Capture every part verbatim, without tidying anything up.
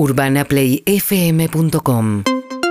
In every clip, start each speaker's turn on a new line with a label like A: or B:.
A: urbana play f m punto com.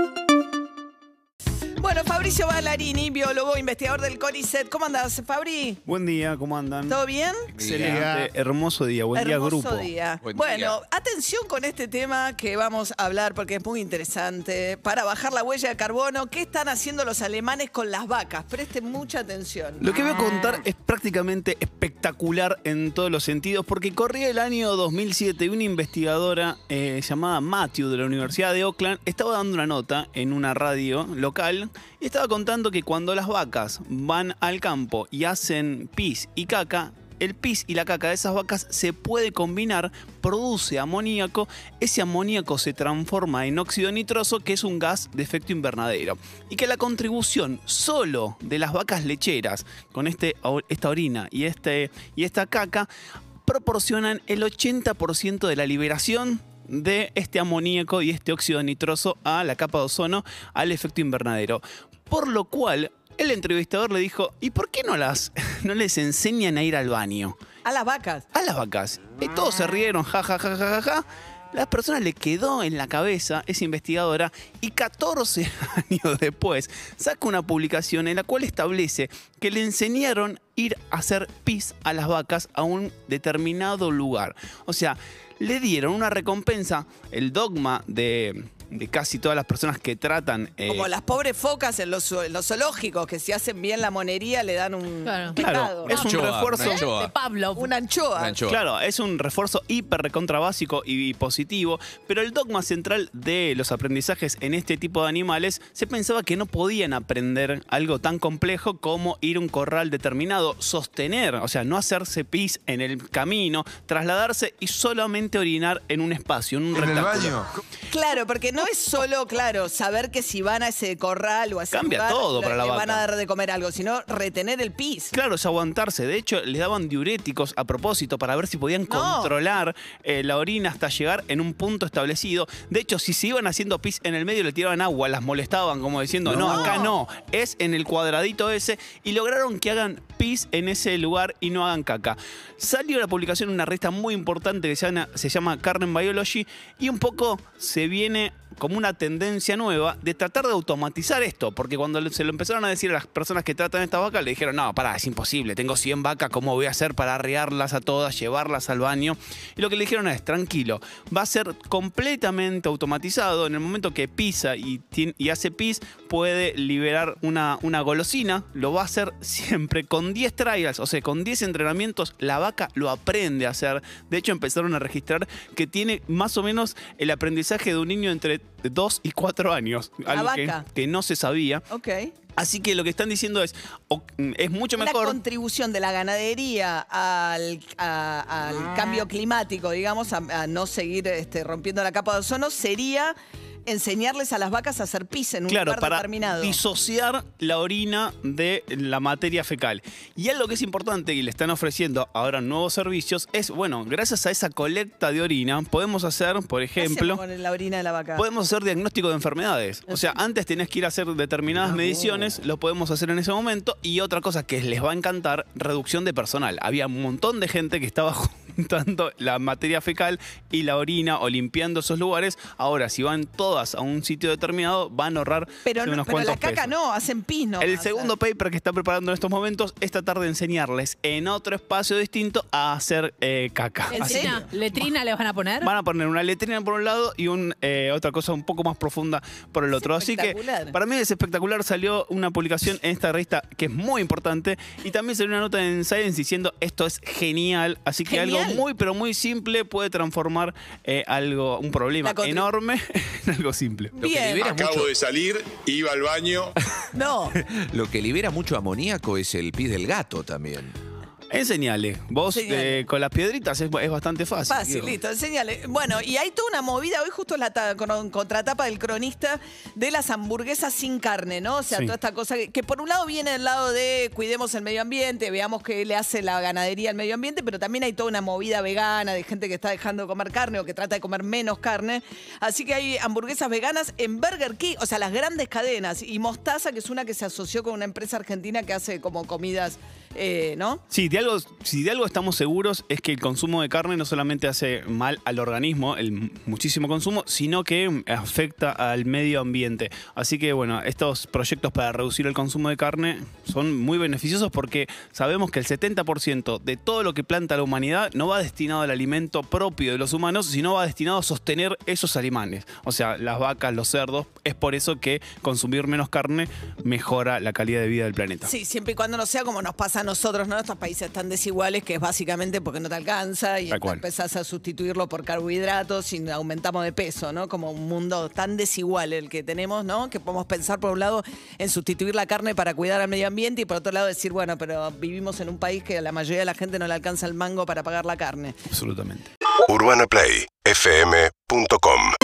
B: Bueno, Fabricio Ballarini, biólogo, investigador del CONICET. ¿Cómo andás, Fabri?
C: Buen día, ¿cómo andan?
B: ¿Todo bien?
C: Excelente, hermoso día, buen día
B: Hermoso
C: grupo.
B: día.
D: Buen
B: Bueno,
D: día.
B: atención con este tema que vamos a hablar porque es muy interesante. Para bajar la huella de carbono, ¿qué están haciendo los alemanes con las vacas? Presten mucha atención.
C: Lo que voy a contar es prácticamente espectacular en todos los sentidos porque corría el año dos mil siete y una investigadora eh, llamada Matthew de la Universidad de Oakland estaba dando una nota en una radio local y estaba contando que cuando las vacas van al campo y hacen pis y caca, el pis y la caca de esas vacas se puede combinar, produce amoníaco, ese amoníaco se transforma en óxido nitroso, que es un gas de efecto invernadero. Y que la contribución solo de las vacas lecheras con este, esta orina y, este, y esta caca proporcionan el ochenta por ciento de la liberación de este amoníaco y este óxido nitroso a la capa de ozono, al efecto invernadero. Por lo cual, el entrevistador le dijo, ¿y por qué no, las, no les enseñan a ir al baño?
B: A las vacas.
C: A las vacas. Y todos se rieron, ja, ja, ja, ja, ja, ja. La persona le quedó en la cabeza, esa investigadora, y catorce años después saca una publicación en la cual establece que le enseñaron ir a hacer pis a las vacas a un determinado lugar. O sea, le dieron una recompensa, el dogma de... de casi todas las personas que tratan... Eh,
B: Como las pobres focas en los, en los zoológicos, que si hacen bien la monería le dan un
E: Claro.
B: pecado.
C: Claro, es un
D: Anchoa,
C: refuerzo...
D: una anchoa.
E: De Pablo.
B: Una anchoa.
D: Una anchoa.
C: Claro, es un refuerzo hiper recontra básico y positivo, pero el dogma central de los aprendizajes en este tipo de animales se pensaba que no podían aprender algo tan complejo como ir a un corral determinado, sostener, o sea, no hacerse pis en el camino, trasladarse y solamente orinar en un espacio, en un
F: ¿En el
C: rectángulo.
F: baño?
B: Claro, porque no es solo, claro, saber que si van a ese corral o a ese
C: Cambia
B: lugar,
C: todo
B: le-
C: para la
B: le van
C: vaca.
B: a dar de comer algo, sino retener el pis.
C: Claro, es aguantarse. De hecho, les daban diuréticos a propósito para ver si podían
B: No.
C: controlar eh, la orina hasta llegar en un punto establecido. De hecho, si se iban haciendo pis en el medio, le tiraban agua, las molestaban como diciendo, no,
B: No.
C: acá no, es en el cuadradito ese. Y lograron que hagan pis en ese lugar y no hagan caca. Salió la publicación en una revista muy importante que se llama, se llama Carne Biology y un poco se viene como una tendencia nueva de tratar de automatizar esto, porque cuando se lo empezaron a decir a las personas que tratan estas vacas, le dijeron, no, pará, es imposible, tengo cien vacas, ¿cómo voy a hacer para arrearlas a todas, llevarlas al baño? Y lo que le dijeron es, tranquilo, va a ser completamente automatizado, en el momento que pisa y, tiene, y hace pis, puede liberar una, una golosina, lo va a hacer siempre con diez trials, o sea, con diez entrenamientos, la vaca lo aprende a hacer. De hecho, empezaron a registrar que tiene más o menos el aprendizaje de un niño entre dos y cuatro años,
B: La
C: algo que,
B: vaca.
C: que no se sabía.
B: Ok.
C: Así que lo que están diciendo es, o- es mucho
B: La
C: mejor...
B: contribución de la ganadería al, a- al cambio climático, digamos, a, a no seguir este, rompiendo la capa de ozono, sería enseñarles a las vacas a hacer pis en un
C: Claro,
B: lugar
C: para
B: determinado.
C: disociar la orina de la materia fecal. Y algo que es importante y le están ofreciendo ahora nuevos servicios es, bueno, gracias a esa colecta de orina podemos hacer, por
B: ¿Qué hacemos
C: ejemplo,
B: con la orina de la vaca?
C: podemos hacer diagnóstico de enfermedades. O sea, antes tenías que ir a hacer determinadas mediciones, lo podemos hacer en ese momento. Y otra cosa que les va a encantar, reducción de personal. Había un montón de gente que estaba juntando la materia fecal y la orina o limpiando esos lugares. Ahora, si van todas a un sitio determinado, van a ahorrar
B: pero no,
C: unos
B: pero la
C: cuantos
B: caca
C: pesos.
B: no, hacen pis no.
C: El segundo paper que está preparando en estos momentos es tratar de enseñarles en otro espacio distinto a hacer eh, caca.
B: ¿En
C: Así
B: serio?
E: ¿Letrina, ¿Letrina le van a poner?
C: Van a poner una letrina por un lado y un, eh, otra cosa un poco más profunda por el otro. Así que
B: espectacular.
C: para mí es espectacular. Salió una publicación en esta revista que es muy importante y también salió una nota en Science diciendo esto es genial. Así que
B: Genial.
C: algo muy pero muy simple puede transformar eh, algo, un problema
B: La contra-
C: enorme en algo simple.
D: Lo que
B: Bien.
D: libera
G: Acabo
D: mucho,
G: de salir, iba al baño.
B: No.
D: lo que libera mucho amoníaco es el pis del gato también.
C: Enseñale. Vos
B: Enseñale.
C: eh, con las piedritas es, es bastante fácil.
B: Fácil,
C: digo.
B: listo, enséñale. Bueno, y hay toda una movida, hoy justo la ta- con- contratapa del cronista, de las hamburguesas sin carne, ¿no? O sea,
C: Sí.
B: toda esta cosa que, que por un lado viene del lado de cuidemos el medio ambiente, veamos qué le hace la ganadería al medio ambiente, pero también hay toda una movida vegana de gente que está dejando de comer carne o que trata de comer menos carne. Así que hay hamburguesas veganas en Burger King, o sea, las grandes cadenas, y Mostaza, que es una que se asoció con una empresa argentina que hace como comidas eh, ¿no?
C: Sí, de algo, si de algo estamos seguros es que el consumo de carne no solamente hace mal al organismo, el muchísimo consumo, sino que afecta al medio ambiente. Así que bueno, estos proyectos para reducir el consumo de carne son muy beneficiosos porque sabemos que el setenta por ciento de todo lo que planta la humanidad no va destinado al alimento propio de los humanos, sino va destinado a sostener esos animales. O sea, las vacas, los cerdos. Es por eso que consumir menos carne mejora la calidad de vida del planeta.
B: Sí, siempre y cuando no sea como nos pasa a nosotros, ¿no? Estos países tan desiguales que es básicamente porque no te alcanza y empezás a sustituirlo por carbohidratos y aumentamos de peso, ¿no? Como un mundo tan desigual el que tenemos, ¿no? Que podemos pensar por un lado en sustituir la carne para cuidar al medio ambiente y por otro lado decir, bueno, pero vivimos en un país que a la mayoría de la gente no le alcanza el mango para pagar la carne.
C: Absolutamente.
E: urbana play f m punto com